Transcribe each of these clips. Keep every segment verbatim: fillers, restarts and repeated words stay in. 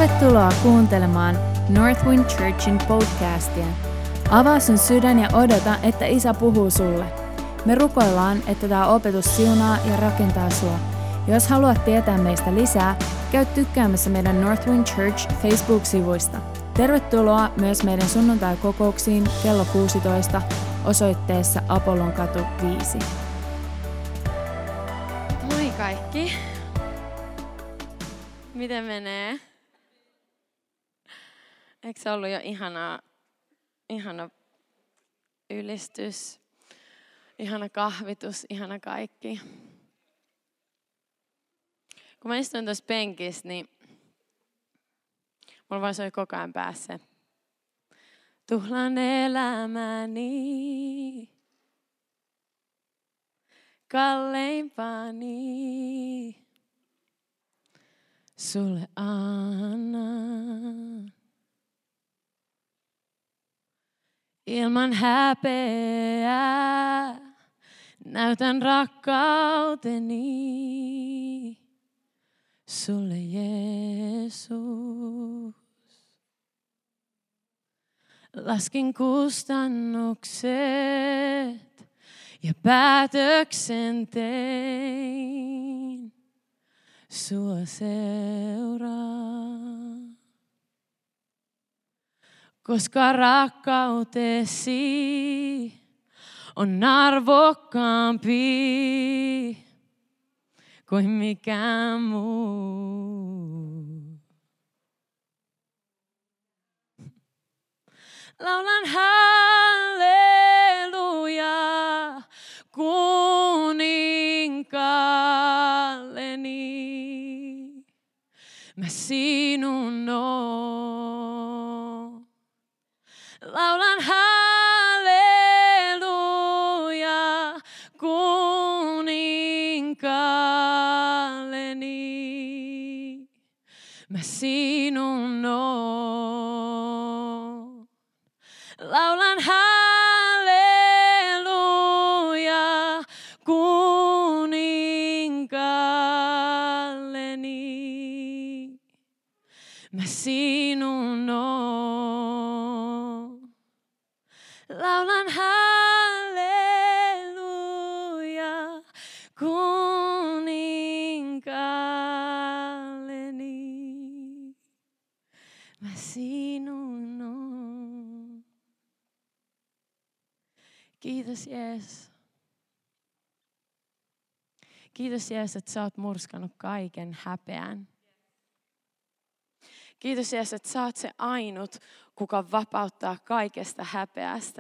Tervetuloa kuuntelemaan Northwind Churchin podcastia. Avaa sun sydän ja odota, että Isä puhuu sulle. Me rukoillaan, että tämä opetus siunaa ja rakentaa sua. Jos haluat tietää meistä lisää, käy tykkäämässä meidän Northwind Church Facebook-sivuista. Tervetuloa myös meidän sunnuntai-kokouksiin kello kuusitoista osoitteessa Apollonkatu viisi. Moi kaikki! Miten menee? Eikö se ollut jo ihana, ihana ylistys, ihana kahvitus, ihana kaikki? Kun mä istun tuossa penkissä, niin mulla vaan soi koko ajan päässä. Tuhlan elämäni, kalleimpani, sulle annan. Ilman häpeää näytän rakkauteni sulle, Jeesus. Laskin kustannukset ja päätöksen tein sua seuraa. Koska rakkautesi on arvokkaampi kuin mikään muu. Laulan halleluja kuninkaalleni. Mä sinun oon. Laulan halleluja kuninkaalleni. Mä sinun oon. Laulan halleluja kuninkaalleni. Mä sinun oon. Laulan halleluja kuninkaalleni. Mä sinun oon. Kiitos Jeesus. Kiitos Jeesus, että sä oot murskannut kaiken häpeän. Kiitos Jeesus, että sä oot se ainut, kuka vapauttaa kaikesta häpeästä.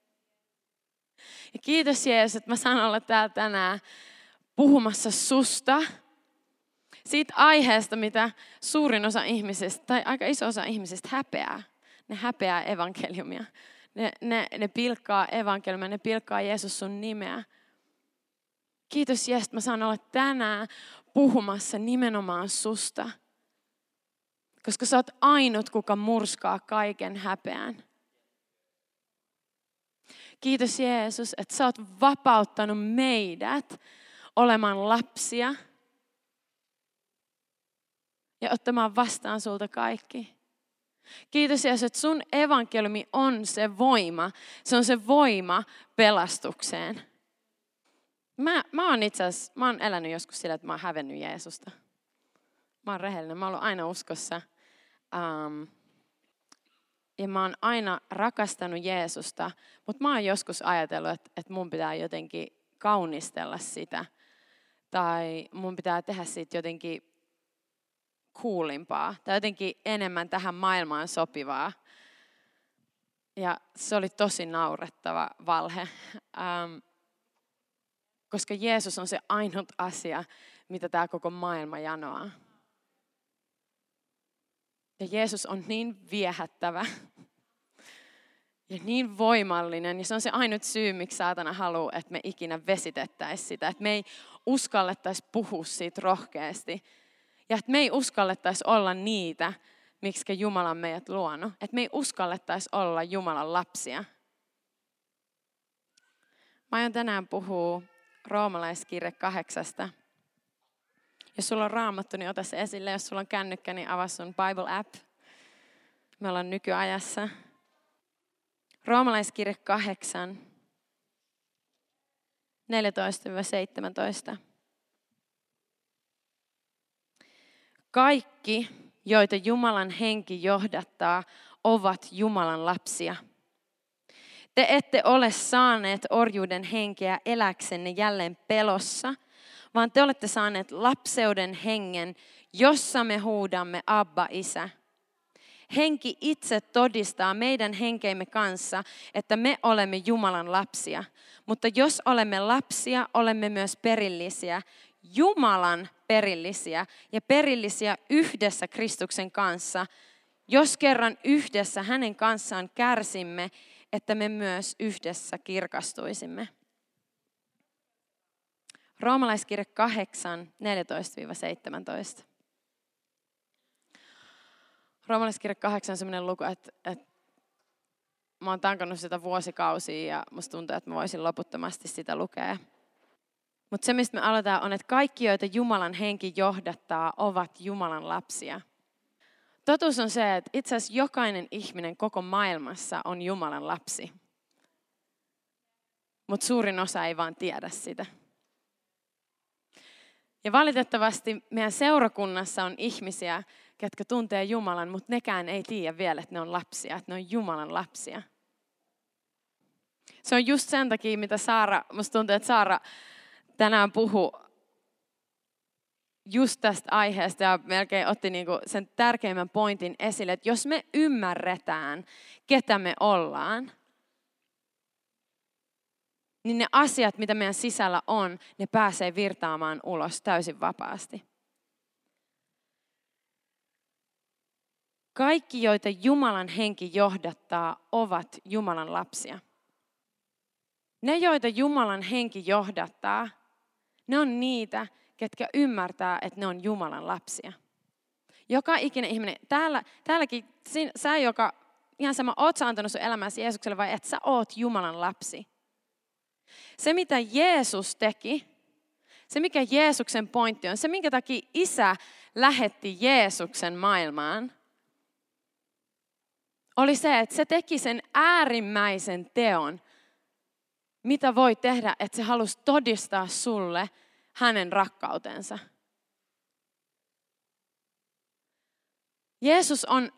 Ja kiitos Jeesus, että mä saan olla täällä tänään puhumassa susta. Siitä aiheesta, mitä suurin osa ihmisistä, tai aika iso osa ihmisistä häpeää. Ne häpeää evankeliumia. Ne, ne, ne pilkkaa evankeliumia, ne pilkkaa Jeesus sun nimeä. Kiitos Jeesus, että mä saan olla tänään puhumassa nimenomaan susta. Koska sä oot ainut, kuka murskaa kaiken häpeän. Kiitos Jeesus, että sä oot vapauttanut meidät olemaan lapsia. Ja ottamaan vastaan sulta kaikki. Kiitos Jeesus, että sun evankeliumi on se voima. Se on se voima pelastukseen. Mä, mä oon itse asiassa, mä oon elänyt joskus sillä, että mä oon hävennyt Jeesusta. Mä oon rehellinen, mä oon ollut aina uskossa. Um, ja mä oon aina rakastanut Jeesusta, mutta mä oon joskus ajatellut, että, että mun pitää jotenkin kaunistella sitä. Tai mun pitää tehdä siitä jotenkin coolimpaa. Tai jotenkin enemmän tähän maailmaan sopivaa. Ja se oli tosi naurettava valhe. Um, koska Jeesus on se ainut asia, mitä tämä koko maailma janoaa. Ja Jeesus on niin viehättävä ja niin voimallinen. Ja se on se ainut syy, miksi saatana haluaa, että me ikinä vesitettäisiin sitä. Että me ei uskallettaisi puhua siitä rohkeasti. Ja että me ei uskallettaisi olla niitä, miksi Jumala on meidät luonut. Että me ei uskallettaisi olla Jumalan lapsia. Mä aion tänään puhua Roomalaiskirje kahdeksasta Jos sulla on Raamattu, niin ota se esille. Jos sulla on kännykkä, niin avaa sun Bible app. Me ollaan nykyajassa. Roomalaiskirje kahdeksan, neljätoista seitsemäntoista. Kaikki, joita Jumalan henki johdattaa, ovat Jumalan lapsia. Te ette ole saaneet orjuuden henkeä eläksenne jälleen pelossa, vaan te olette saaneet lapseuden hengen, jossa me huudamme Abba, Isä. Henki itse todistaa meidän henkeimme kanssa, että me olemme Jumalan lapsia. Mutta jos olemme lapsia, olemme myös perillisiä, Jumalan perillisiä ja perillisiä yhdessä Kristuksen kanssa, jos kerran yhdessä hänen kanssaan kärsimme, että me myös yhdessä kirkastuisimme. Roomalaiskirje kahdeksan, neljätoista seitsemäntoista. Roomalaiskirje kahdeksan on sellainen luku, että, että mä oon tankannut sitä vuosikausia ja musta tuntuu, että mä voisin loputtomasti sitä lukea. Mutta se, mistä me aloitetaan, on, että kaikki, joita Jumalan henki johdattaa, ovat Jumalan lapsia. Totuus on se, että itse asiassa jokainen ihminen koko maailmassa on Jumalan lapsi. Mutta suurin osa ei vaan tiedä sitä. Ja valitettavasti meidän seurakunnassa on ihmisiä, ketkä tuntee Jumalan, mutta nekään ei tiedä vielä, että ne on lapsia, että ne on Jumalan lapsia. Se on just sen takia, mitä Saara, musta tuntuu, että Saara tänään puhui just tästä aiheesta ja melkein otti niinku sen tärkeimmän pointin esille, että jos me ymmärretään, ketä me ollaan, niin ne asiat, mitä meidän sisällä on, ne pääsee virtaamaan ulos täysin vapaasti. Kaikki, joita Jumalan henki johdattaa, ovat Jumalan lapsia. Ne, joita Jumalan henki johdattaa, ne on niitä, ketkä ymmärtää, että ne on Jumalan lapsia. Joka ikinen ihminen, täällä, täälläkin, sä joka, ihan sama, oot sä antanut sun elämäsi Jeesukselle vai et sä oot Jumalan lapsi. Se, mitä Jeesus teki, se, mikä Jeesuksen pointti on, se, minkä takia Isä lähetti Jeesuksen maailmaan, oli se, että se teki sen äärimmäisen teon, mitä voi tehdä, että se halusi todistaa sulle hänen rakkautensa. Jeesus on,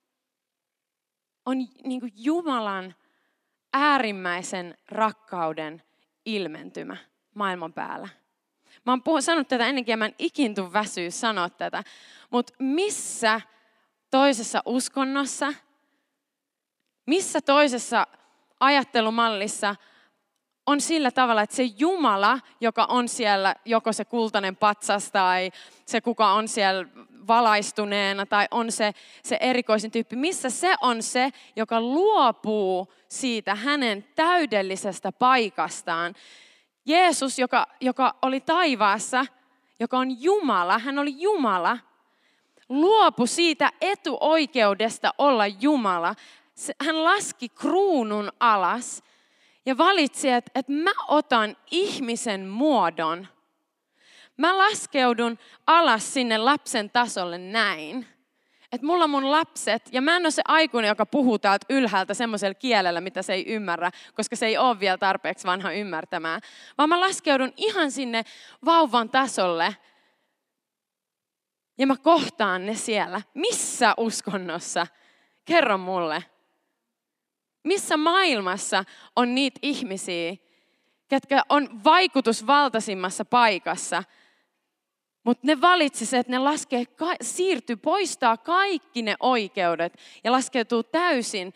on niin kuin Jumalan äärimmäisen rakkauden ilmentymä maailman päällä. Mä oon puhun, sanonut tätä ennenkin ja mä en ikin tuu väsyä sanoa tätä, mutta missä toisessa uskonnossa, missä toisessa ajattelumallissa on sillä tavalla, että se Jumala, joka on siellä, joko se kultainen patsas tai se, kuka on siellä valaistuneena tai on se, se erikoisin tyyppi, missä se on se, joka luopuu siitä hänen täydellisestä paikastaan. Jeesus, joka, joka oli taivaassa, joka on Jumala, hän oli Jumala, luopui siitä etuoikeudesta olla Jumala. Hän laski kruunun alas ja valitsi, että, että mä otan ihmisen muodon. Mä laskeudun alas sinne lapsen tasolle näin. Että mulla on mun lapset, ja mä en ole se aikuinen, joka puhuu täältä ylhäältä semmoisella kielellä, mitä se ei ymmärrä, koska se ei ole vielä tarpeeksi vanha ymmärtämään. Vaan mä laskeudun ihan sinne vauvan tasolle, ja mä kohtaan ne siellä. Missä uskonnossa? Kerro mulle. Missä maailmassa on niitä ihmisiä, ketkä on vaikutusvaltaisimmassa paikassa, mutta ne valitsisivat, että ne laskee, siirtyy, poistaa kaikki ne oikeudet ja laskeutuu täysin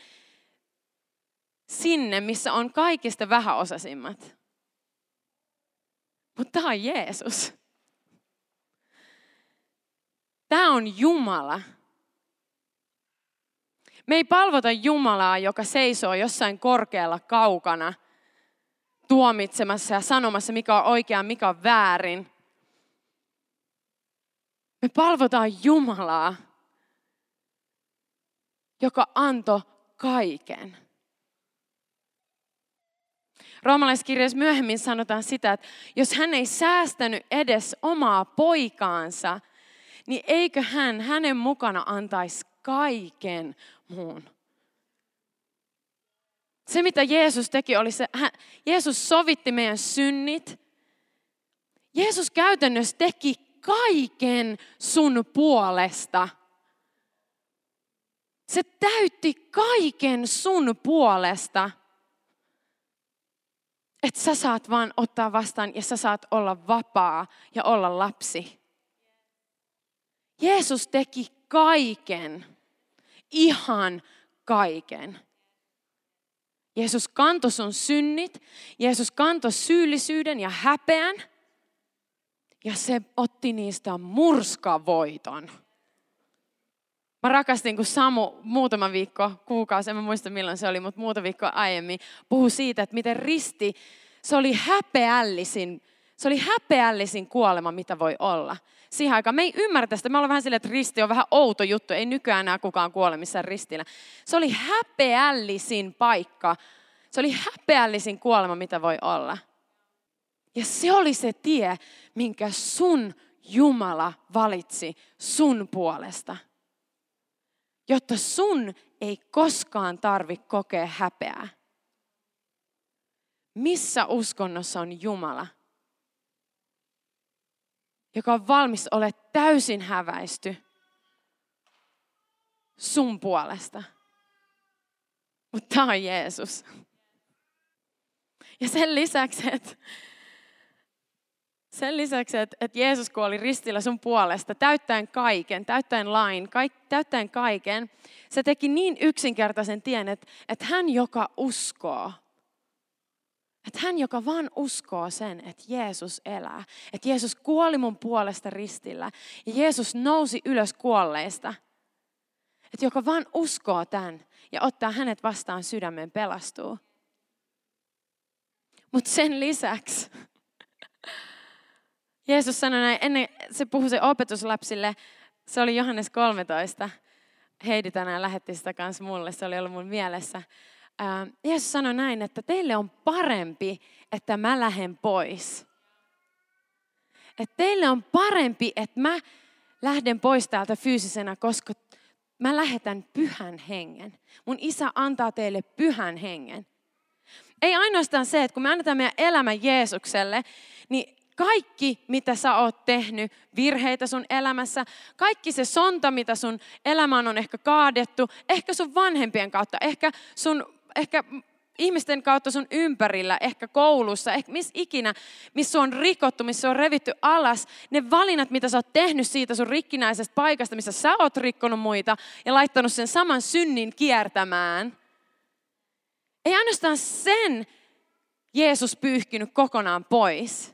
sinne, missä on kaikista vähäosaisimmat. Mutta tämä on Jeesus. Tämä on Jumala. Me ei palvota Jumalaa, joka seisoo jossain korkealla kaukana, tuomitsemassa ja sanomassa, mikä on oikea, mikä on väärin. Me palvotaan Jumalaa, joka antoi kaiken. Roomalaiskirjassa myöhemmin sanotaan sitä, että jos hän ei säästänyt edes omaa poikaansa, niin eikö hän hänen mukana antaisi kaiken muun. Se, mitä Jeesus teki, oli se, hän, Jeesus sovitti meidän synnit. Jeesus käytännössä teki kaiken sun puolesta. Se täytti kaiken sun puolesta. Että sä saat vaan ottaa vastaan ja sä saat olla vapaa ja olla lapsi. Jeesus teki kaiken. Ihan kaiken. Jeesus kantoi sun synnit. Jeesus kantoi syyllisyyden ja häpeän. Ja se otti niistä murskavoiton. Mä rakastin, kun Samu muutama viikko, kuukausi, en mä muista milloin se oli, mutta muutama viikko aiemmin, puhui siitä, että miten risti, se oli häpeällisin, se oli häpeällisin kuolema, mitä voi olla. Siihen aikaan me ei ymmärrä sitä, me ollaan vähän silleen, että risti on vähän outo juttu, ei nykyään enää kukaan kuole missään ristillä. Se oli häpeällisin paikka, se oli häpeällisin kuolema, mitä voi olla. Ja se oli se tie, minkä sun Jumala valitsi sun puolesta. Jotta sun ei koskaan tarvitse kokea häpeää. Missä uskonnossa on Jumala, joka on valmis olemaan täysin häväisty sun puolesta? Mutta tämä on Jeesus. Ja sen lisäksi, että Sen lisäksi, että, että Jeesus kuoli ristillä sun puolesta, täyttäen kaiken, täyttäen lain, kaik, täyttäen kaiken, se teki niin yksinkertaisen tien, että, että hän, joka uskoo, että hän, joka vaan uskoo sen, että Jeesus elää, että Jeesus kuoli mun puolesta ristillä ja Jeesus nousi ylös kuolleista, että joka vaan uskoo tämän ja ottaa hänet vastaan sydämen pelastuu. Mutta sen lisäksi Jeesus sanoi näin, ennen se puhui se opetuslapsille, se oli Johannes kolmetoista. Heidi tänään lähetti sitä kanssa mulle, se oli ollut mun mielessä. Ää, Jeesus sanoi näin, että teille on parempi, että mä lähden pois. Että teille on parempi, että mä lähden pois täältä fyysisenä, koska mä lähetän pyhän hengen. Mun isä antaa teille pyhän hengen. Ei ainoastaan se, että kun me annetaan meidän elämä Jeesukselle, niin kaikki, mitä sä oot tehnyt, virheitä sun elämässä, kaikki se sonta, mitä sun elämään on ehkä kaadettu, ehkä sun vanhempien kautta, ehkä, sun, ehkä ihmisten kautta sun ympärillä, ehkä koulussa, ehkä missä ikinä, missä on rikottu, missä on revitty alas, ne valinnat, mitä sä oot tehnyt siitä sun rikkinäisestä paikasta, missä sä oot rikkonut muita ja laittanut sen saman synnin kiertämään. Ei ainoastaan sen Jeesus pyyhkinyt kokonaan pois.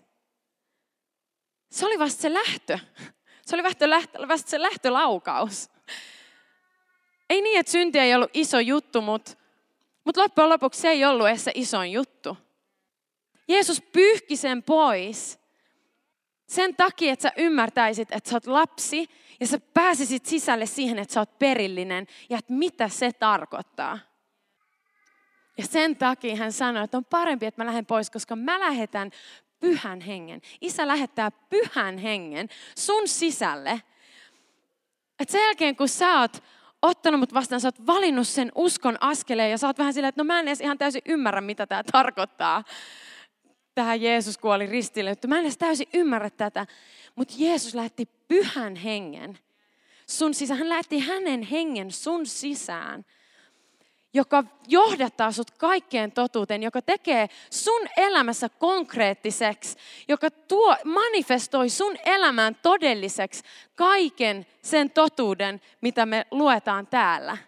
Se oli vasta se lähtö. Se oli vasta se lähtölaukaus. Ei niin, että synti ei ollut iso juttu, mutta, mutta loppujen lopuksi se ei ollut edes se isoin juttu. Jeesus pyyhki sen pois sen takia, että sä ymmärtäisit, että sä oot lapsi ja sä pääsisit sisälle siihen, että sä oot perillinen ja että mitä se tarkoittaa. Ja sen takia hän sanoi, että on parempi, että mä lähden pois, koska mä lähetän pyhän hengen. Isä lähettää pyhän hengen sun sisälle. Että sen jälkeen, kun sä oot ottanut mut vastaan, sä oot valinnut sen uskon askeleen ja sä oot vähän silleen, että no mä en edes ihan täysin ymmärrä, mitä tää tarkoittaa. Tähän Jeesus kuoli ristille, että mä en edes täysin ymmärrä tätä. Mutta Jeesus lähetti pyhän hengen sun sisään. Hän lähetti hänen hengen sun sisään, joka johdattaa sut kaikkeen totuuteen, joka tekee sun elämässä konkreettiseksi, joka tuo, manifestoi sun elämään todelliseksi kaiken sen totuuden, mitä me luetaan täällä.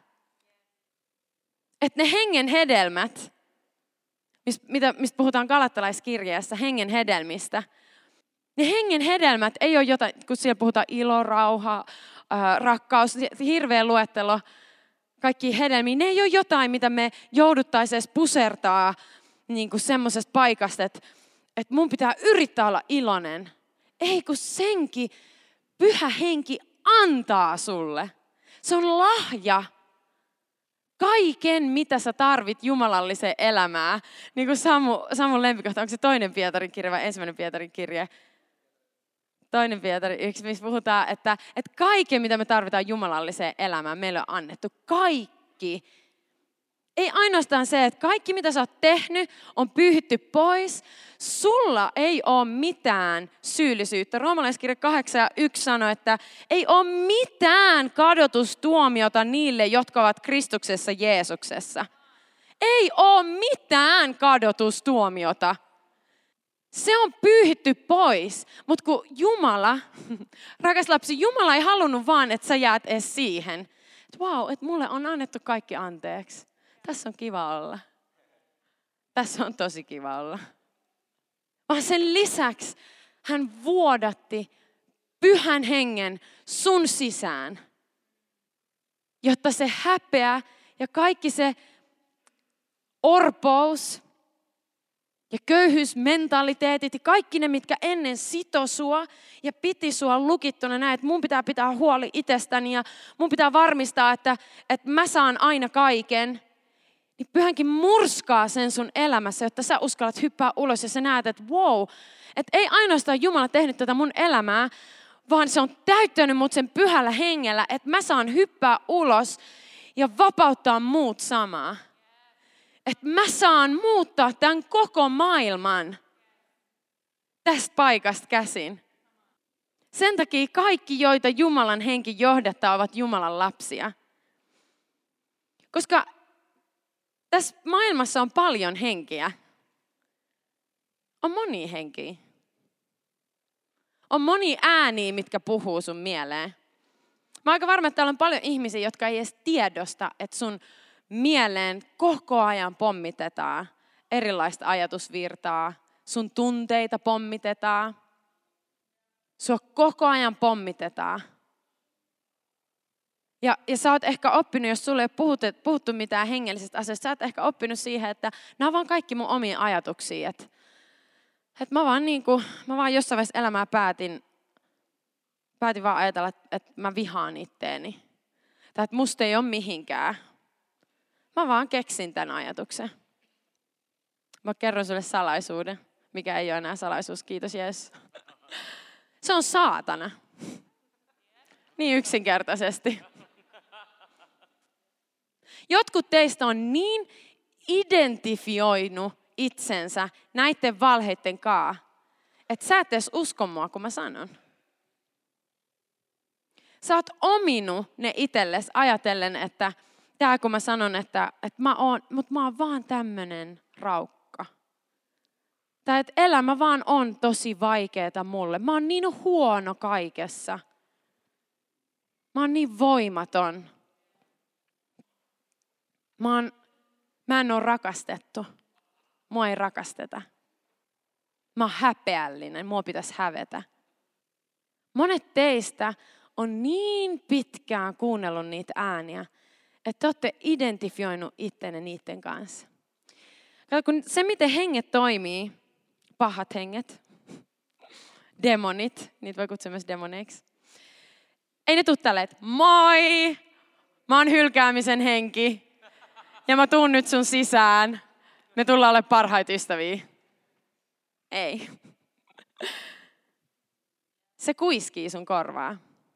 Että ne hengen hedelmät, mistä, mistä puhutaan Galattalaiskirjeessä, hengen hedelmistä, ne hengen hedelmät ei ole jotain, kun siellä puhutaan ilo, rauha, ää, rakkaus, hirveä luettelo, kaikki hedelmiä, ne ei ole jotain, mitä me jouduttaisiin edes pusertaa niin kuin semmoisesta paikasta, että, että mun pitää yrittää olla iloinen. Ei, kun senkin pyhä henki antaa sulle. Se on lahja. kaiken, mitä sä tarvit jumalalliseen elämään. Niin kuin Samu, Samun lempikohta, onko se toinen Pietarin kirje vai ensimmäinen Pietarin kirje? Toinen Pietari yksi, missä puhutaan, että, että kaiken, mitä me tarvitaan jumalalliseen elämään, meille on annettu. Kaikki. Ei ainoastaan se, että kaikki, mitä sä oot tehnyt, on pyyhitty pois. Sulla ei ole mitään syyllisyyttä. Roomalaiskirja kahdeksan ja yksi sanoo, että ei ole mitään kadotustuomiota niille, jotka ovat Kristuksessa Jeesuksessa. Ei ole mitään kadotustuomiota. Se on pyyhitty pois, mutta kun Jumala, rakas lapsi, Jumala ei halunnut vaan, että sä jäät edes siihen. Että vau, että mulle on annettu kaikki anteeksi. Tässä on kiva olla. Tässä on tosi kiva olla. Vaan sen lisäksi hän vuodatti pyhän hengen sun sisään, jotta se häpeä ja kaikki se orpous ja köyhyysmentaliteetit ja kaikki ne, mitkä ennen sito sua ja piti sua lukittuna näin, että mun pitää pitää huoli itsestäni ja mun pitää varmistaa, että, että mä saan aina kaiken. Niin pyhänkin murskaa sen sun elämässä, jotta sä uskallat hyppää ulos ja sä näet, että wow, että ei ainoastaan Jumala tehnyt tätä mun elämää, vaan se on täyttänyt mut sen pyhällä hengellä, että mä saan hyppää ulos ja vapauttaa muut samaa. Että mä saan muuttaa tämän koko maailman tästä paikasta käsin. Sen takia kaikki, joita Jumalan henki johdattaa, ovat Jumalan lapsia. Koska tässä maailmassa on paljon henkiä. On monia henkiä. On monia ääniä, mitkä puhuu sun mieleen. Mä oon aika varma, että täällä on paljon ihmisiä, jotka ei edes tiedosta, että sun mieleen koko ajan pommitetaan erilaista ajatusvirtaa. Sun tunteita pommitetaan. Sua koko ajan pommitetaan. Ja, ja sä oot ehkä oppinut, jos sulle ei ole puhuttu, puhuttu mitään hengellisestä asioista, sä oot ehkä oppinut siihen, että nämä on vaan kaikki mun omia ajatuksia. Että, että mä, vaan niin kuin, mä vaan jossain vaiheessa elämää päätin, päätin vaan ajatella, että, että mä vihaan itteeni. Tai että musta ei ole mihinkään. Mä vaan keksin tämän ajatuksen. Mä kerron sulle salaisuuden, mikä ei ole enää salaisuus, kiitos Jeesus. Se on saatana. Niin yksinkertaisesti. Jotkut teistä on niin identifioinut itsensä näiden valheiden kaa, että sä et edes usko mua, kun mä sanon. Sä oot ominut ne itsellesi ajatellen, että tää kun mä sanon, että, että mä oon, mutta mä oon vaan tämmönen raukka. Tai että elämä vaan on tosi vaikeeta mulle. Mä oon niin huono kaikessa. Mä oon niin voimaton. Mä, oon, mä en oo rakastettu. Mua ei rakasteta. Mä oon häpeällinen. Mua pitäisi hävetä. Monet teistä on niin pitkään kuunnellut niitä ääniä, että te olette identifioinut ittenne niiden kanssa. Kato, kun se, miten henget toimii, pahat henget, demonit, niitä voi kutsua myös demoneiksi. Ei ne tule tälleen, että moi, mä oon hylkäämisen henki ja mä tuun nyt sun sisään. Me tullaan olemaan parhaita ystäviä. Ei. Se kuiskii sun korvaa.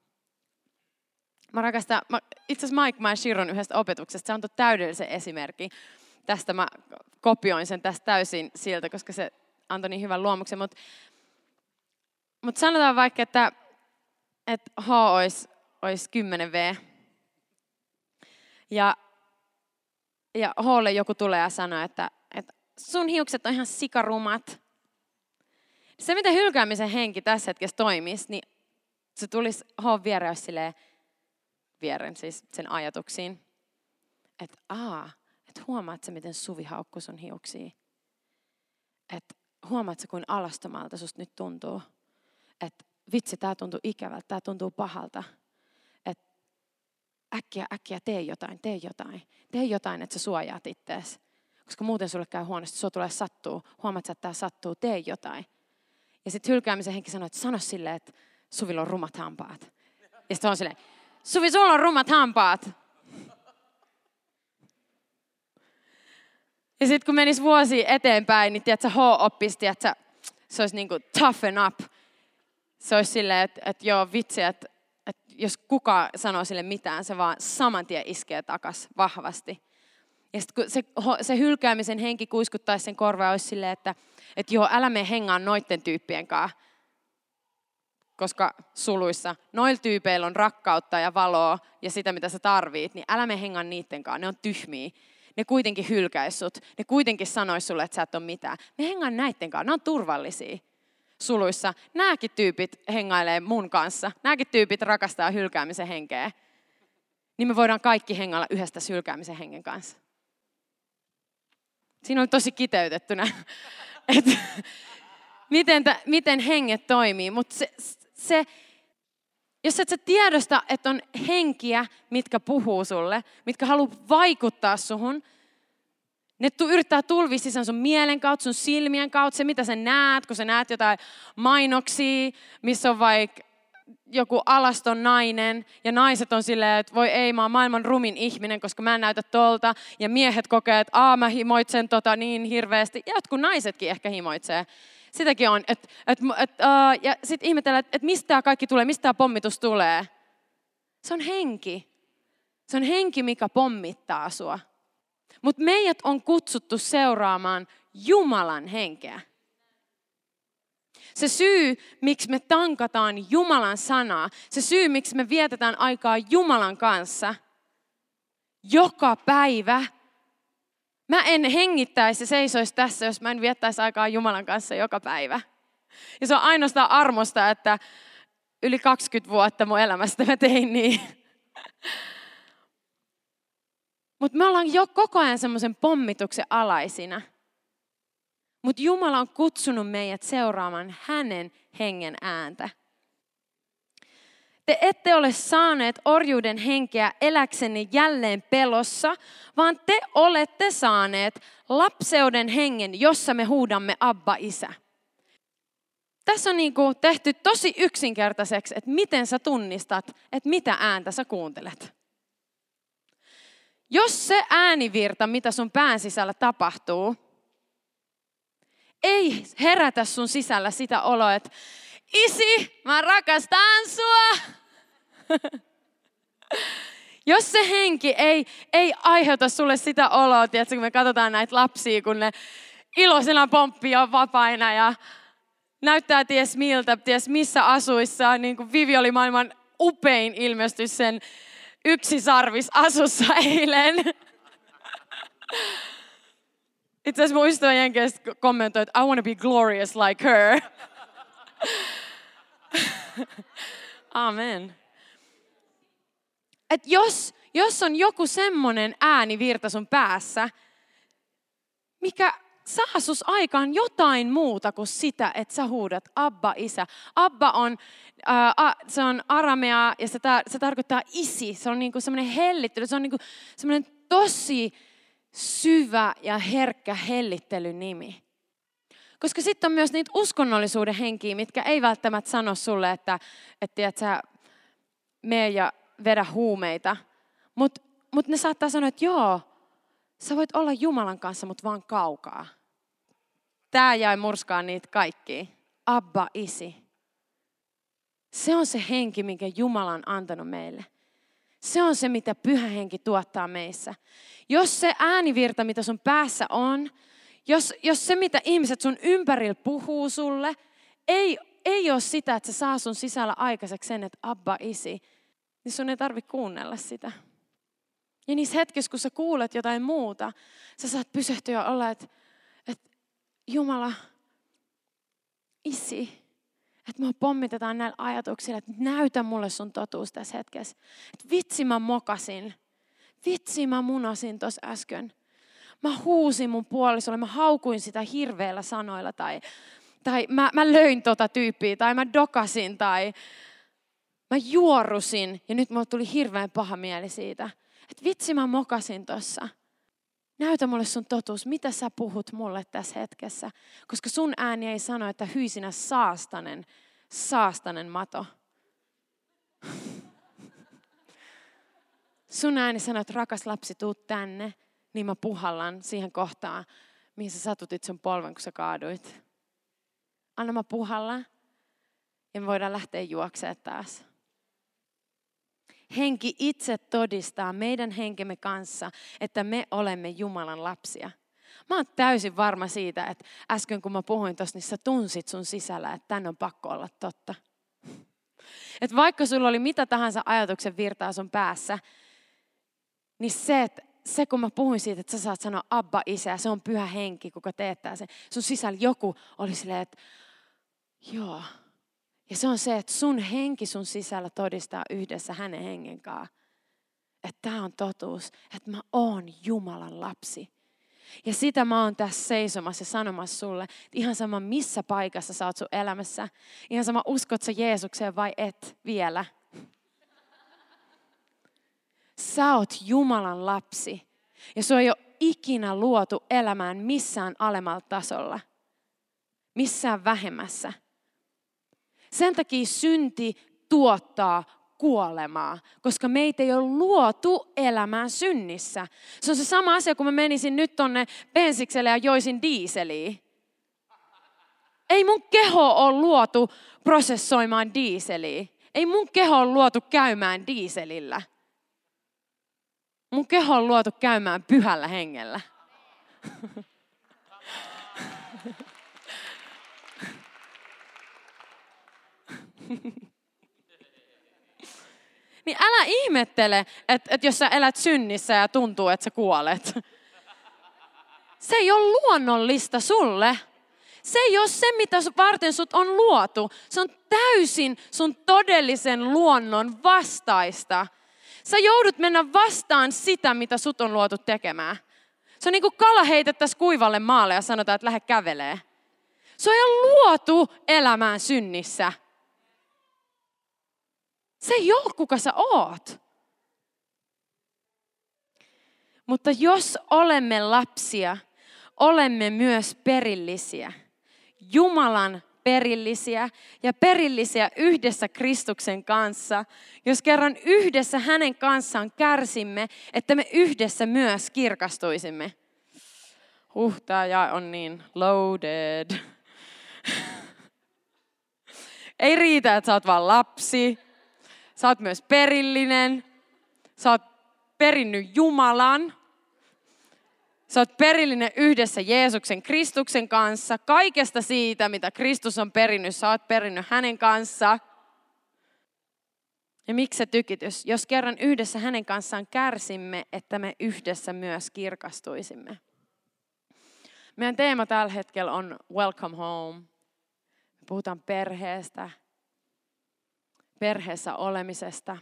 Mä rakastan, mä, itse asiassa Mike Maashiron yhdestä opetuksesta, se antoi täydellisen esimerkin. Tästä mä kopioin sen tästä täysin siltä, koska se antoi niin hyvän luomuksen. Mutta mut sanotaan vaikka, että, että H olisi, olisi kymmenen V. Ja, ja H:lle joku tulee ja sanoo, että, että sun hiukset on ihan sikarumat. Se, miten hylkäämisen henki tässä hetkessä toimisi, niin se tulisi H viereen silleen, vieren siis sen ajatuksiin, että aa, että huomaat sä, miten Suvi haukkui sun hiuksia. Että huomaat sä, kuin alastomalta susta nyt tuntuu. Että vitsi, tää tuntuu ikävältä, tää tuntuu pahalta. Että äkkiä, äkkiä, tee jotain, tee jotain. Tee jotain, että sä suojaat ittees. Koska muuten sulle käy huonosti, sua tulee sattuu. Huomaat sä, että tää sattuu, tee jotain. Ja sitten hylkäämisen henki sanoo, että sano silleen, että Suvilla on rumat hampaat. Ja sitten on silleen, Suvi, sulla on rummat hampaat. Ja sitten kun menisi vuosi eteenpäin, niin tiedätkö, H oppisi, että se olisi niin kuin toughen up. Se olisi silleen, että, että joo vitsi, että, että jos kuka sanoo sille mitään, se vaan saman tien iskee takas vahvasti. Ja sitten kun se, se hylkäämisen henki kuiskuttaisi sen korvaa, olisi silleen, että, että joo, älä mene hengaan noitten tyyppien kanssa. Koska suluissa, noilla tyypeillä on rakkautta ja valoa ja sitä, mitä sä tarvit, niin älä mene hengaan niitten kanssa, ne on tyhmiä. Ne kuitenkin hylkäis sut, ne kuitenkin sanois sulle, että sä et ole mitään. Me hengaan näitten kanssa, ne on turvallisia. Suluissa, nääkin tyypit hengailee mun kanssa, nääkin tyypit rakastaa hylkäämisen henkeä. Niin me voidaan kaikki hengailla yhdestä hylkäämisen hengen kanssa. Siinä on tosi kiteytettynä, että miten, miten henget toimii, mutta se... Se, jos et sä tiedosta, että on henkiä, mitkä puhuu sulle, mitkä haluaa vaikuttaa suhun, ne tu, yrittää tulvia sisään sun mielen kautta, sun silmien kautta, se mitä sä näet, kun sä näet jotain mainoksia, missä on vaikka joku alaston nainen, ja naiset on silleen, että voi ei, mä oon maailman rumin ihminen, koska mä en näytä tolta, ja miehet kokee, että aa, mä himoitsen tota niin hirveästi, ja jotkut naisetkin ehkä himoitsee. Sitäkin on, että et, et, uh, ja sitten ihmetellään, että et mistä tämä kaikki tulee, mistä tämä pommitus tulee. Se on henki. Se on henki, mikä pommittaa sua. Mutta meidät on kutsuttu seuraamaan Jumalan henkeä. Se syy, miksi me tankataan Jumalan sanaa, se syy, miksi me vietetään aikaa Jumalan kanssa joka päivä. Mä en hengittäisi ja seisoisi tässä, jos mä en viettäisi aikaa Jumalan kanssa joka päivä. Ja se on ainoastaan armosta, että yli kaksikymmentä vuotta mun elämästä mä tein niin. Mutta me ollaan jo koko ajan semmoisen pommituksen alaisina. Mutta Jumala on kutsunut meidät seuraamaan hänen hengen ääntä. Te ette ole saaneet orjuuden henkeä eläksenne jälleen pelossa, vaan te olette saaneet lapseuden hengen, jossa me huudamme Abba, Isä. Tässä on niin kuin tehty tosi yksinkertaiseksi, että miten sä tunnistat, että mitä ääntä sä kuuntelet. Jos se äänivirta, mitä sun pään sisällä tapahtuu, ei herätä sun sisällä sitä oloa, että isi, mä rakastan sua. Jos se henki ei, ei aiheuta sulle sitä oloa, tiedätkö, kun me katsotaan näitä lapsia, kun ne iloisena pomppii ja vapaina ja näyttää ties miltä, ties missä asuissa. Niin kuin Vivi oli maailman upein ilmestys sen yksisarvis asussa eilen. Itse asiassa mun ystävän jenkeistä kommentoi, että I want to be glorious like her. Amen. Et jos, jos on joku semmoinen äänivirta sun päässä, mikä saa sus aikaan jotain muuta kuin sitä, että sä huudat Abba, Isä. Abba on, äh, se on aramea ja se, tar- se tarkoittaa isi. Se on niinku semmoinen hellittely, se on niinku semmoinen tosi syvä ja herkkä hellittelynimi. Koska sitten on myös niitä uskonnollisuuden henkiä, mitkä ei välttämättä sano sulle, että, että et sä mene ja vedä huumeita. Mutta mut ne saattaa sanoa, että joo, sä voit olla Jumalan kanssa, mutta vaan kaukaa. Tää jäi murskaan niitä kaikkia. Abba, isi. Se on se henki, minkä Jumala on antanut meille. Se on se, mitä Pyhä Henki tuottaa meissä. Jos se äänivirta, mitä sun päässä on, Jos, jos se, mitä ihmiset sun ympärillä puhuu sulle, ei, ei ole sitä, että se saa sun sisällä aikaiseksi sen, että Abba, isi, niin sun ei tarvitse kuunnella sitä. Ja niissä hetkissä, kun sä kuulet jotain muuta, sä saat pysähtyä ja olla, että, että Jumala, isi, että mua pommitetaan näillä ajatuksilla, että näytä mulle sun totuus tässä hetkessä. Että vitsi mä mokasin, vitsi mä munasin tuossa äsken. Mä huusin mun puolisolle, mä haukuin sitä hirveillä sanoilla tai, tai mä, mä löin tota tyyppiä tai mä dokasin tai mä juorusin ja nyt mulle tuli hirveän paha mieli siitä. Että vitsi mä mokasin tossa. Näytä mulle sun totuus, mitä sä puhut mulle tässä hetkessä. Koska sun ääni ei sano, että hyi sinä saastanen, saastanen mato. Sun ääni sanoo, että rakas lapsi, tuu tänne. niin mä puhallan siihen kohtaan, mihin sä satutit sun polven, kun sä kaaduit. Anna mä puhalla ja me voidaan lähteä juoksemaan taas. Henki itse todistaa meidän henkemme kanssa, että me olemme Jumalan lapsia. Mä oon täysin varma siitä, että äsken kun mä puhuin tossa, niin sä tunsit sun sisällä, että tän on pakko olla totta. Että vaikka sulla oli mitä tahansa ajatuksen virtaa sun päässä, niin se, että se kun mä puhuin siitä, että sä saat sanoa Abba Isä, se on pyhä henki, kuka teettää sen. Sun sisällä joku oli silleen, että joo. Ja se on se, että sun henki sun sisällä todistaa yhdessä hänen hengen kanssa. Että tää on totuus, että mä oon Jumalan lapsi. Ja sitä mä oon tässä seisomassa ja sanomassa sulle, että ihan sama missä paikassa sä oot sun elämässä. Ihan sama uskot sä Jeesukseen vai et vielä. Sä oot Jumalan lapsi. Ja sua ei ole ikinä luotu elämään missään alemmalla tasolla. Missään vähemmässä. Sen takia synti tuottaa kuolemaa, koska meitä ei ole luotu elämään synnissä. Se on se sama asia, kun mä menisin nyt tonne bensikselle ja joisin diiseliä. Ei mun keho ole luotu prosessoimaan diiseliä. Ei mun keho ole luotu käymään diiselillä. Mun keho on luotu käymään pyhällä hengellä. Niin älä ihmettele, että, että jos sä elät synnissä ja tuntuu, että sä kuolet. Se ei ole luonnollista sulle. Se ei ole se, mitä varten sut on luotu. Se on täysin sun todellisen luonnon vastaista. Sä joudut mennä vastaan sitä, mitä sut on luotu tekemään. Se on niin kuin kala heitettäisiin kuivalle maalle ja sanotaan, että lähde kävelee. Se ei ole luotu elämään synnissä. Se ei ole, kuka sä oot. Mutta jos olemme lapsia, olemme myös perillisiä. Jumalan perillisiä ja perillisiä yhdessä Kristuksen kanssa, jos kerran yhdessä hänen kanssaan kärsimme, että me yhdessä myös kirkastuisimme. Huh, tää jae on niin loaded. Ei riitä, että sä oot vaan lapsi. Sä oot myös perillinen. Sä oot perinnyt Jumalan. Sä oot perillinen yhdessä Jeesuksen Kristuksen kanssa. Kaikesta siitä, mitä Kristus on perinnyt, sä oot perinnyt hänen kanssa. Ja miksi se tykitys? Jos kerran yhdessä hänen kanssaan kärsimme, että me yhdessä myös kirkastuisimme. Meidän teema tällä hetkellä on Welcome Home. Me puhutaan perheestä, perheessä olemisesta.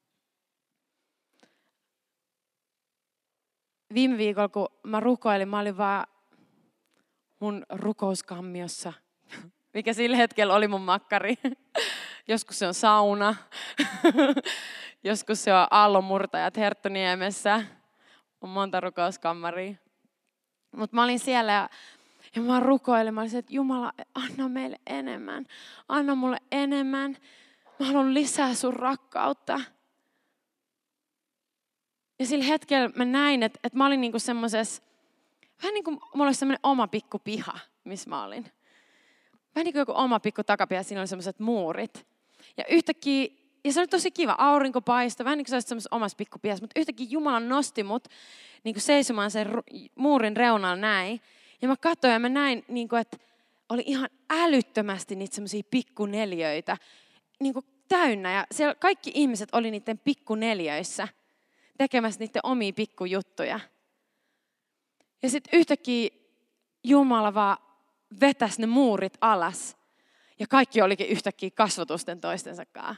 Viime viikolla, kun mä rukoilin, mä olin vaan mun rukouskammiossa, mikä sillä hetkellä oli mun makkari. Joskus se on sauna, joskus se on aallonmurtajat Herttoniemessä. On monta rukouskammaria. Mutta mä olin siellä ja, ja mä rukoilin. Mä olin, että Jumala, anna meille enemmän. Anna mulle enemmän. Mä haluan lisää sun rakkautta. Ja sillä hetkellä mä näin, että, että mä olin niinku semmosessa, vähän niin kuin mulla olisi semmoinen oma pikku piha, missä mä olin. Vähän niin kuin joku oma pikku takapiha, siinä oli semmoiset muurit. Ja yhtäkkiä, ja se oli tosi kiva, aurinko paistoi, vähän niin kuin se olisi semmoisessa omassa pikkupihassa, mutta yhtäkkiä Jumala nosti mut niin kuin seisomaan sen muurin reunalla näin. Ja mä katsoin ja mä näin, niin kuin, että oli ihan älyttömästi niitä semmoisia pikkuneliöitä niin kuin täynnä. Ja siellä kaikki ihmiset oli niiden pikkuneliöissä tekemässä niiden omia pikkujuttuja. Ja sitten yhtäkkiä Jumala vaan vetäisi ne muurit alas. Ja kaikki olikin yhtäkkiä kasvotusten toistensa kanssa.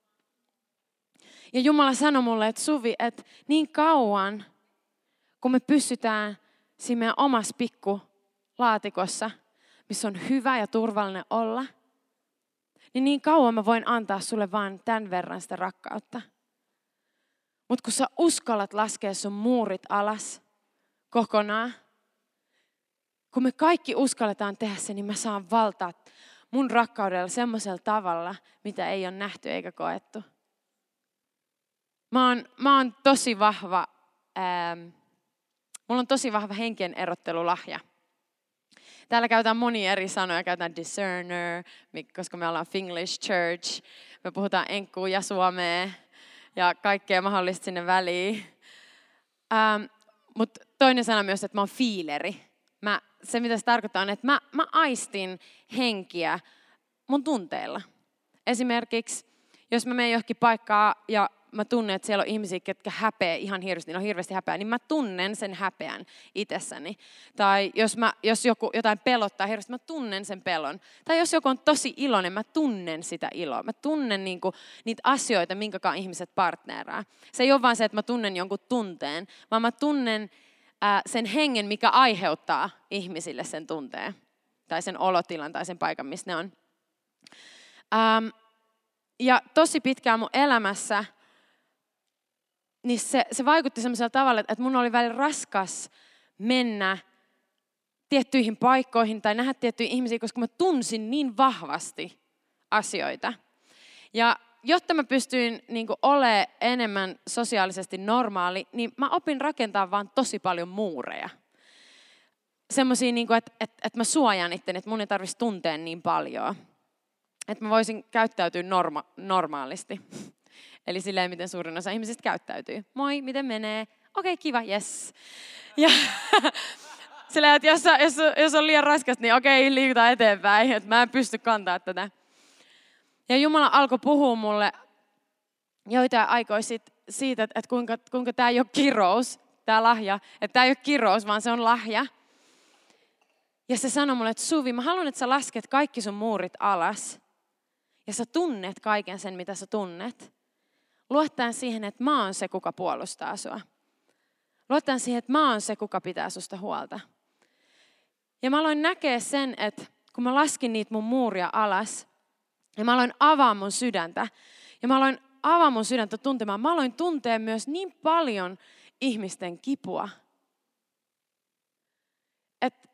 Ja Jumala sanoi mulle, että Suvi, että niin kauan, kun me pysytään siinä meidän omassa pikkulaatikossa, missä on hyvä ja turvallinen olla, niin niin kauan mä voin antaa sulle vaan tämän verran sitä rakkautta. Mutta kun sä uskallat laskea sun muurit alas kokonaan, kun me kaikki uskalletaan tehdä se, niin mä saan valtaa mun rakkaudella semmoisella tavalla, mitä ei ole nähty eikä koettu. Mä oon, mä oon tosi vahva, ää, mulla Mulla on tosi vahva henkien erottelulahja. Täällä käytetään monia eri sanoja. Käytetään discerner, koska me ollaan Finglish Church. Me puhutaan enkkuu ja suomea ja kaikkea mahdollista sinne väliin. Ähm, Mutta toinen sana myös, että mä oon fiileri. Mä, se mitä se tarkoittaa on, että mä, mä aistin henkiä mun tunteilla. Esimerkiksi, jos mä menen johonkin paikkaan ja mä tunnen, että siellä on ihmisiä, ketkä häpeä ihan hirveästi, niin on hirveästi häpeää, niin mä tunnen sen häpeän itsessäni. Tai jos, mä, jos joku, jotain pelottaa hirveästi, mä tunnen sen pelon. Tai jos joku on tosi iloinen, mä tunnen sitä iloa. Mä tunnen niinku niitä asioita, minkäkaan ihmiset partneraa. Se ei ole vaan se, että mä tunnen jonkun tunteen, vaan mä tunnen ää, sen hengen, mikä aiheuttaa ihmisille sen tunteen. Tai sen olotilan tai sen paikan, missä ne on. Ähm, ja tosi pitkään mun elämässä niin se, se vaikutti semmoisella tavalla, että mun oli välillä raskas mennä tiettyihin paikkoihin tai nähdä tiettyjä ihmisiä, koska mä tunsin niin vahvasti asioita. Ja jotta mä pystyin niin kuin olemaan enemmän sosiaalisesti normaali, niin mä opin rakentaa vaan tosi paljon muureja. Semmoisia, niin kuin, että, että, että mä suojaan itteni, että mun ei tarvitsisi tuntea niin paljon. Että mä voisin käyttäytyä norma- normaalisti. Eli silleen, miten suurin osa ihmisistä käyttäytyy. Moi, miten menee? Okei, kiva, yes. Ja silleen, että jos, jos, jos on liian raskasta, niin okei, liikutaan eteenpäin. Että mä en pysty kantaa tätä. Ja Jumala alkoi puhua mulle joitain aikoja siitä, että kuinka, kuinka tämä ei ole kirous, tämä lahja. Että tämä ei ole kirous, vaan se on lahja. Ja se sanoi mulle, että Suvi, mä haluan, että sä lasket kaikki sun muurit alas. Ja sä tunnet kaiken sen, mitä sä tunnet. Luottaen siihen, että mä oon se, kuka puolustaa sua. Luottaen siihen, että mä oon se, kuka pitää susta huolta. Ja mä aloin näkeä sen, että kun mä laskin niitä mun muuria alas, ja mä aloin avaa mun sydäntä, ja mä aloin avaa mun sydäntä tuntemaan, mä aloin tuntea myös niin paljon ihmisten kipua. Että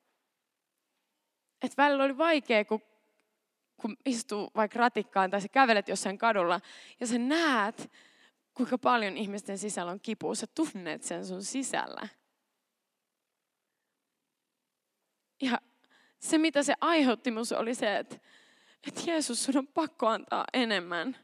et välillä oli vaikea, kun kun istuu vaikka ratikkaan tai sä kävelet jossain kadulla ja sä näet, kuinka paljon ihmisten sisällä on kipua. Sä tunnet sen sun sisällä. Ja se, mitä se aiheutti musta, oli se, että, että Jeesus, sun on pakko antaa enemmän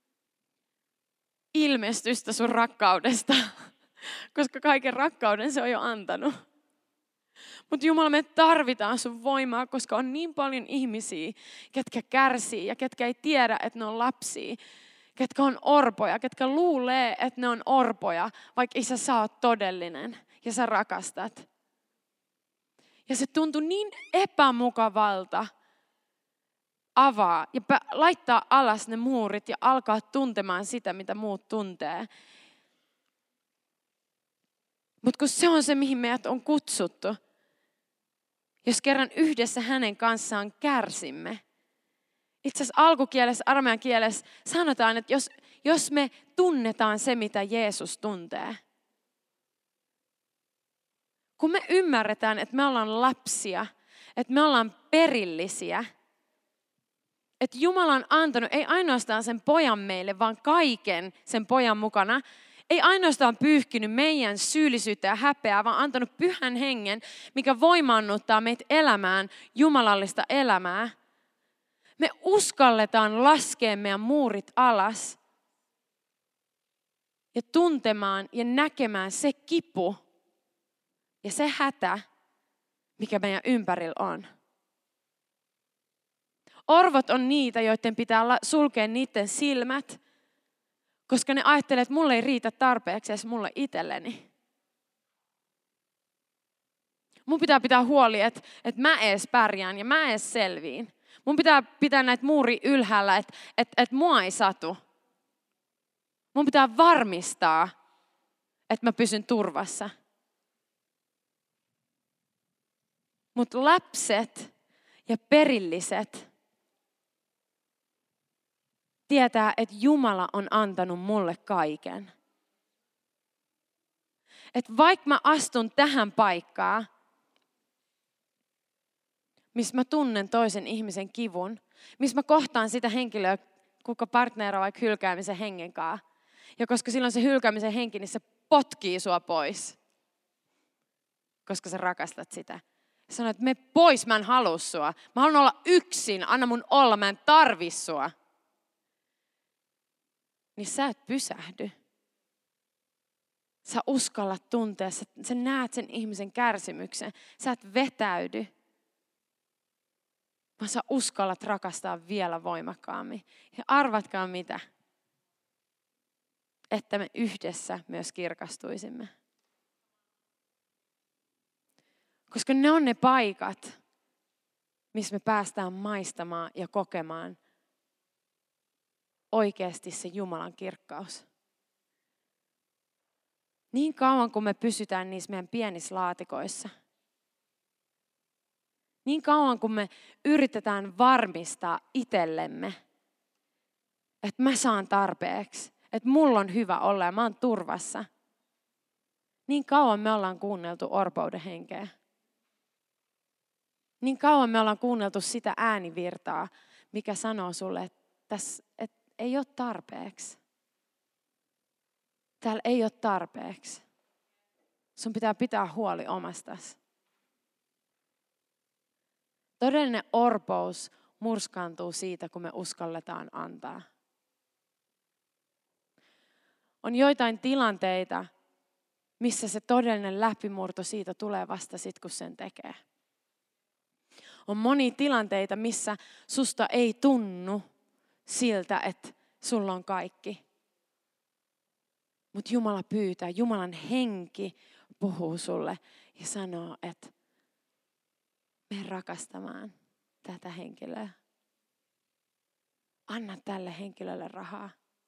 ilmestystä sun rakkaudesta, koska kaiken rakkauden se on jo antanut. Mutta Jumala, me tarvitaan sun voimaa, koska on niin paljon ihmisiä, ketkä kärsii ja ketkä ei tiedä, että ne on lapsia. Ketkä on orpoja, ketkä luulee, että ne on orpoja, vaikka isä sä oot todellinen ja sä rakastat. Ja se tuntui niin epämukavalta avaa ja laittaa alas ne muurit ja alkaa tuntemaan sitä, mitä muut tuntee. Mutta kun se on se, mihin meidät on kutsuttu, jos kerran yhdessä hänen kanssaan kärsimme. Itse asiassa alkukielessä, aramean kielessä sanotaan, että jos, jos me tunnetaan se, mitä Jeesus tuntee. Kun me ymmärretään, että me ollaan lapsia, että me ollaan perillisiä, että Jumala on antanut ei ainoastaan sen pojan meille, vaan kaiken sen pojan mukana, ei ainoastaan pyyhkinyt meidän syyllisyyttä ja häpeää, vaan antanut pyhän hengen, mikä voimaannuttaa meitä elämään jumalallista elämää. Me uskalletaan laskea meidän muurit alas ja tuntemaan ja näkemään se kipu ja se hätä, mikä meidän ympärillä on. Orvot on niitä, joiden pitää sulkea niiden silmät, koska ne ajattelee, että mulle ei riitä tarpeeksi edes mulle itselleni. Mun pitää pitää huoli, että, että mä ees pärjään ja mä ees selviin. Mun pitää pitää näitä muuria ylhäällä, että, että, että mua ei satu. Mun pitää varmistaa, että mä pysyn turvassa. Mutta lapset ja perilliset tietää, että Jumala on antanut mulle kaiken. Että vaikka mä astun tähän paikkaan, missä mä tunnen toisen ihmisen kivun, missä mä kohtaan sitä henkilöä, kuka partneraa vaikka hylkäämisen hengen kanssa. Ja koska silloin se hylkäämisen henki, niin se potkii sua pois. koska sä rakastat sitä. Sano, että me pois, mä en halua sua. Mä haluan olla yksin, anna mun olla, mä en tarvi sua. Niin sä et pysähdy. Sä uskallat tuntea, sä, sä näet sen ihmisen kärsimyksen. Sä et vetäydy. Vaan sä uskallat rakastaa vielä voimakkaammin. Ja arvatkaa mitä. Että me yhdessä myös kirkastuisimme. Koska ne on ne paikat, missä me päästään maistamaan ja kokemaan oikeasti se Jumalan kirkkaus. Niin kauan kuin me pysytään niissä meidän pienissä laatikoissa. Niin kauan kuin me yritetään varmistaa itsellemme, että mä saan tarpeeksi, että mulla on hyvä olla ja mä oon turvassa. Niin kauan me ollaan kuunneltu orpouden henkeä. Niin kauan me ollaan kuunneltu sitä äänivirtaa, mikä sanoo sulle, että tässä että ei ole tarpeeksi. Täällä ei ole tarpeeksi. Sun pitää pitää huoli omastasi. Todellinen orpous murskaantuu siitä, kun me uskalletaan antaa. On joitain tilanteita, missä se todellinen läpimurto siitä tulee vasta sit, kun sen tekee. On monia tilanteita, missä susta ei tunnu siltä, että sulla on kaikki. Mutta Jumala pyytää, Jumalan henki puhuu sulle ja sanoo, että mene rakastamaan tätä henkilöä. Anna tälle henkilölle rahaa.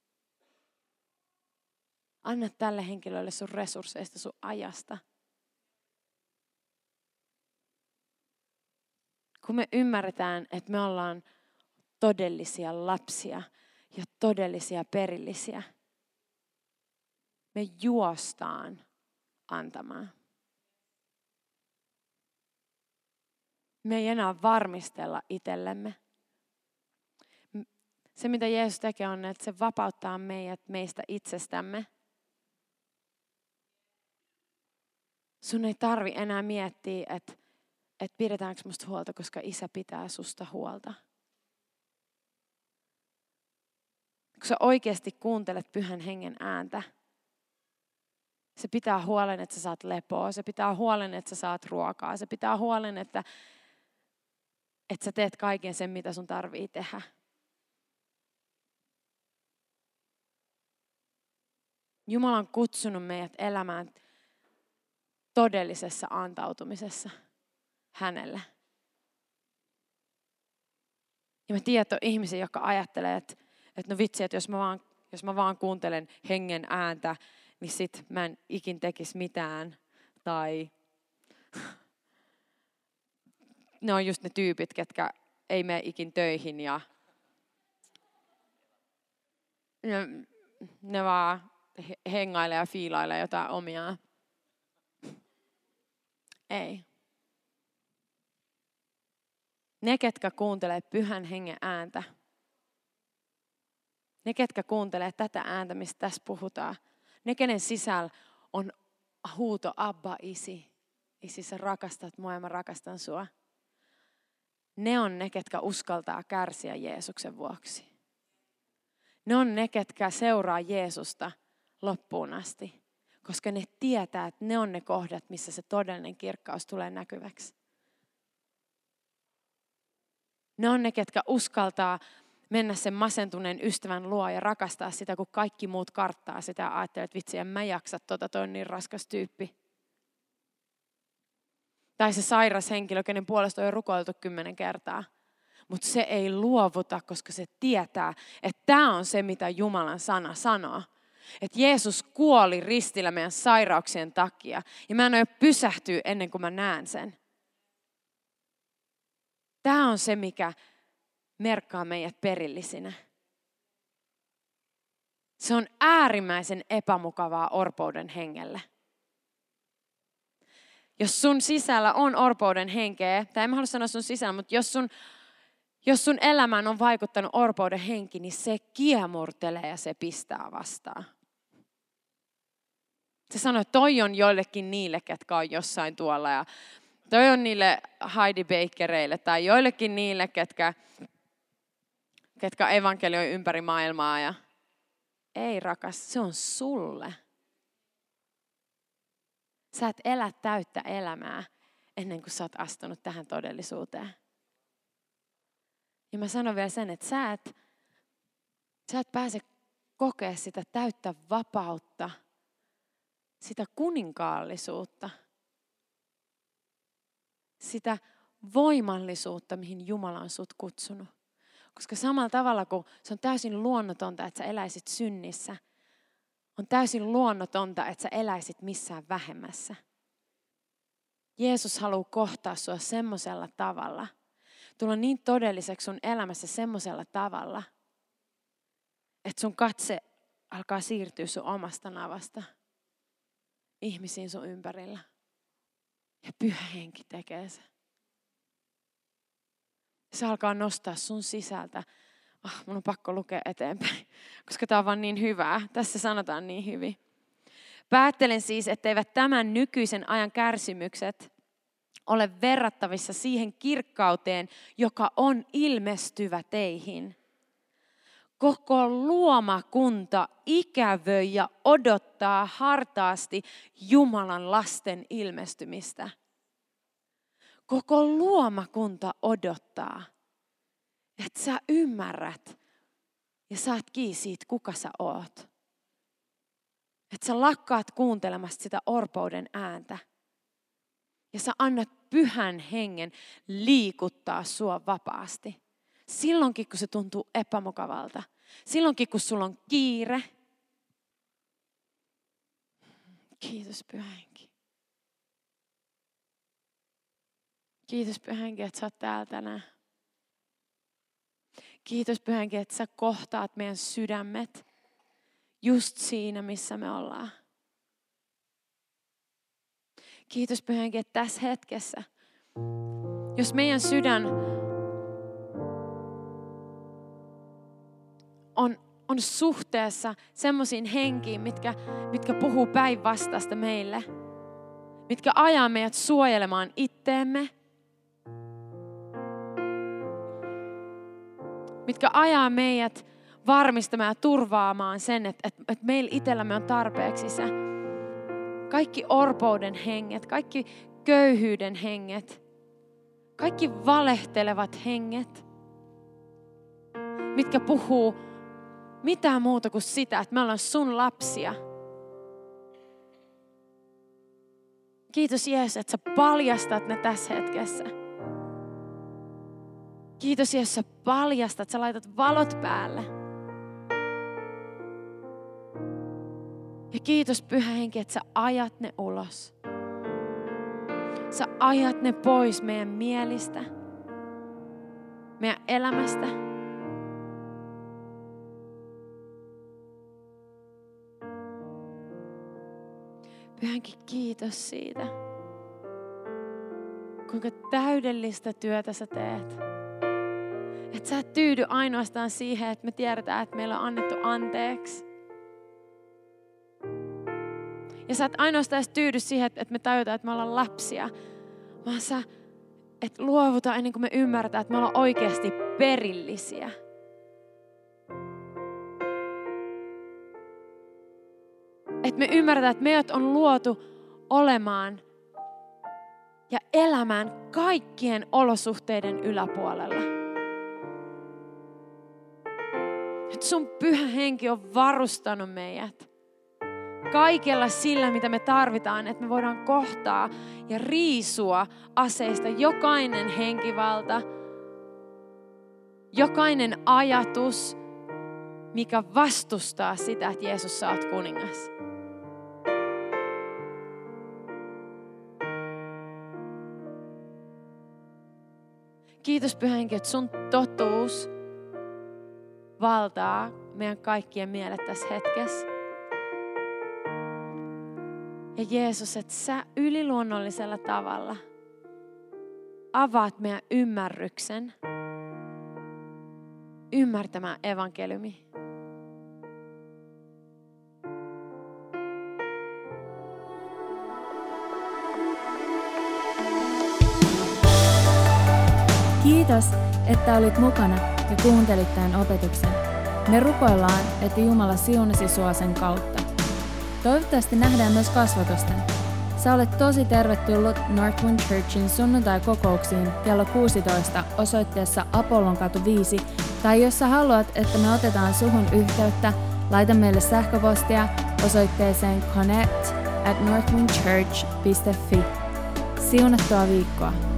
Anna tälle henkilölle sun resursseista, sun ajasta. Kun me ymmärretään, että me ollaan todellisia lapsia ja todellisia perillisiä, me juostaan antamaan. Me ei enää varmistella itsellemme. Se, mitä Jeesus tekee, on, että se vapauttaa meidät meistä itsestämme. Sun ei tarvi enää miettiä, että, että pidetäänkö musta huolta, koska Isä pitää susta huolta. Kun sä oikeasti kuuntelet Pyhän Hengen ääntä, se pitää huolen, että sä saat lepoa, se pitää huolen, että sä saat ruokaa, se pitää huolen, että, että sä teet kaiken sen, mitä sun tarvii tehdä. Jumala on kutsunut meidät elämään todellisessa antautumisessa hänelle. Ja mä tiedän, että on ihmisiä, jotka ajattelee, että, että no vitsi, että jos mä, vaan, jos mä vaan kuuntelen hengen ääntä, niin sit mä en ikin tekisi mitään. Tai ne on just ne tyypit, ketkä ei mene ikin töihin ja ne, ne vaan hengailee ja fiilailee jotain omiaan. Ei. Ne, ketkä kuuntelee Pyhän Hengen ääntä, ne, ketkä kuuntelee tätä ääntä, mistä tässä puhutaan, ne, kenen sisällä on huuto, Abba, isi, isi, sä rakastat mua ja mä rakastan sua. Ne on ne, ketkä uskaltaa kärsiä Jeesuksen vuoksi. Ne on ne, ketkä seuraa Jeesusta loppuun asti, koska ne tietää, että ne on ne kohdat, missä se todellinen kirkkaus tulee näkyväksi. Ne on ne, ketkä uskaltaa mennä sen masentuneen ystävän luo ja rakastaa sitä, kun kaikki muut karttaa sitä ja ajattelee, että vitsi, en mä jaksa, tota, toi on niin raskas tyyppi. Tai se sairas henkilö, kenen puolesta on jo rukoiltu kymmenen kertaa. Mutta se ei luovuta, koska se tietää, että tämä on se, mitä Jumalan sana sanoo. Että Jeesus kuoli ristillä meidän sairauksien takia. Ja mä en ole pysähtyä ennen kuin mä näen sen. Tämä on se, mikä merkkaa meidät perillisinä. Se on äärimmäisen epämukavaa orpouden hengelle. Jos sun sisällä on orpouden henkeä, tai en mä halua sanoa sun sisällä, mutta jos sun, jos sun elämään on vaikuttanut orpouden henki, niin se kiemurtelee ja se pistää vastaan. Se sanoi, että toi on joillekin niille, ketkä on jossain tuolla. Ja toi on niille Heidi Bakereille tai joillekin niille, ketkä, ketkä evankelioi ympäri maailmaa. Ja ei rakas, se on sulle. Sä et elä täyttä elämää ennen kuin sä oot astunut tähän todellisuuteen. Ja mä sanon vielä sen, että sä et, sä et pääse kokea sitä täyttä vapautta, sitä kuninkaallisuutta, sitä voimallisuutta, mihin Jumala on sut kutsunut. Koska samalla tavalla kuin se on täysin luonnotonta, että sä eläisit synnissä, on täysin luonnotonta, että sä eläisit missään vähemmässä. Jeesus haluaa kohtaa sua semmoisella tavalla, tulla niin todelliseksi sun elämässä semmoisella tavalla, että sun katse alkaa siirtyä sun omasta navasta ihmisiin sun ympärillä. Ja Pyhä Henki tekee se. Se alkaa nostaa sun sisältä. Oh, mun on pakko lukea eteenpäin, koska tää on vaan niin hyvää. Tässä sanotaan niin hyvin. Päättelen siis, etteivät tämän nykyisen ajan kärsimykset ole verrattavissa siihen kirkkauteen, joka on ilmestyvä teihin. Koko luomakunta ikävöi ja odottaa hartaasti Jumalan lasten ilmestymistä. Koko luomakunta odottaa, että sä ymmärrät ja saat kiinni siitä, kuka sä oot. Että sä lakkaat kuuntelemasta sitä orpouden ääntä. Ja sä annat Pyhän Hengen liikuttaa sua vapaasti. Silloinkin, kun se tuntuu epämukavalta. Silloinkin, kun sulla on kiire. Kiitos Pyhä Henki. Kiitos Pyhä Henki, että sä oot täällä tänään. Kiitos Pyhä Henki, että sä kohtaat meidän sydämet just siinä, missä me ollaan. Kiitos Pyhä Henki, että tässä hetkessä, jos meidän sydän on, on suhteessa semmoisiin henkiin, mitkä, mitkä puhuu päinvastaista meille, mitkä ajaa meidät suojelemaan itteemme, mitkä ajaa meidät varmistamaan ja turvaamaan sen, että, että, että meillä itsellämme on tarpeeksi se. Kaikki orpouden henget, kaikki köyhyyden henget, kaikki valehtelevat henget, mitkä puhuu mitään muuta kuin sitä, että me ollaan sun lapsia. Kiitos Jeesus, että sä paljastat ne tässä hetkessä. Kiitos Jeesus, että sä paljastat, että sä laitat valot päälle. Ja kiitos Pyhä Henki, että sä ajat ne ulos. Sä ajat ne pois meidän mielistä, meidän elämästä. Pyhä Henki, kiitos siitä, kuinka täydellistä työtä sä teet. Että sä et tyydy ainoastaan siihen, että me tiedetään, että meillä on annettu anteeksi. Ja sä et ainoastaan edes tyydy siihen, että me tajutaan, että me ollaan lapsia, vaan sä et luovuta ennen kuin me ymmärretään, että me ollaan oikeasti perillisiä. Että me ymmärretään, että meidät on luotu olemaan ja elämään kaikkien olosuhteiden yläpuolella. Että sun Pyhä Henki on varustanut meidät kaikella sillä, mitä me tarvitaan, että me voidaan kohtaa ja riisua aseista jokainen henkivalta, jokainen ajatus, mikä vastustaa sitä, että Jeesus sä oot kuningas. Kiitos Pyhä Henki, että sun totuus valtaa meidän kaikkien mielet tässä hetkessä. Ja Jeesus, että sä yliluonnollisella tavalla avaat meidän ymmärryksen ymmärtämään evankeliumi. Kiitos, että olit mukana ja kuuntelit tämän opetuksen. Me rukoillaan, että Jumala siunasi sua sen kautta. Toivottavasti nähdään myös kasvatusten. Sä olet tosi tervetullut Northwind Churchin sunnuntai-kokouksiin kello kuusitoista osoitteessa Apollonkatu viisi, tai jos sä haluat, että me otetaan suhun yhteyttä, laita meille sähköpostia osoitteeseen connect at northwindchurch piste fi. Siunattua viikkoa!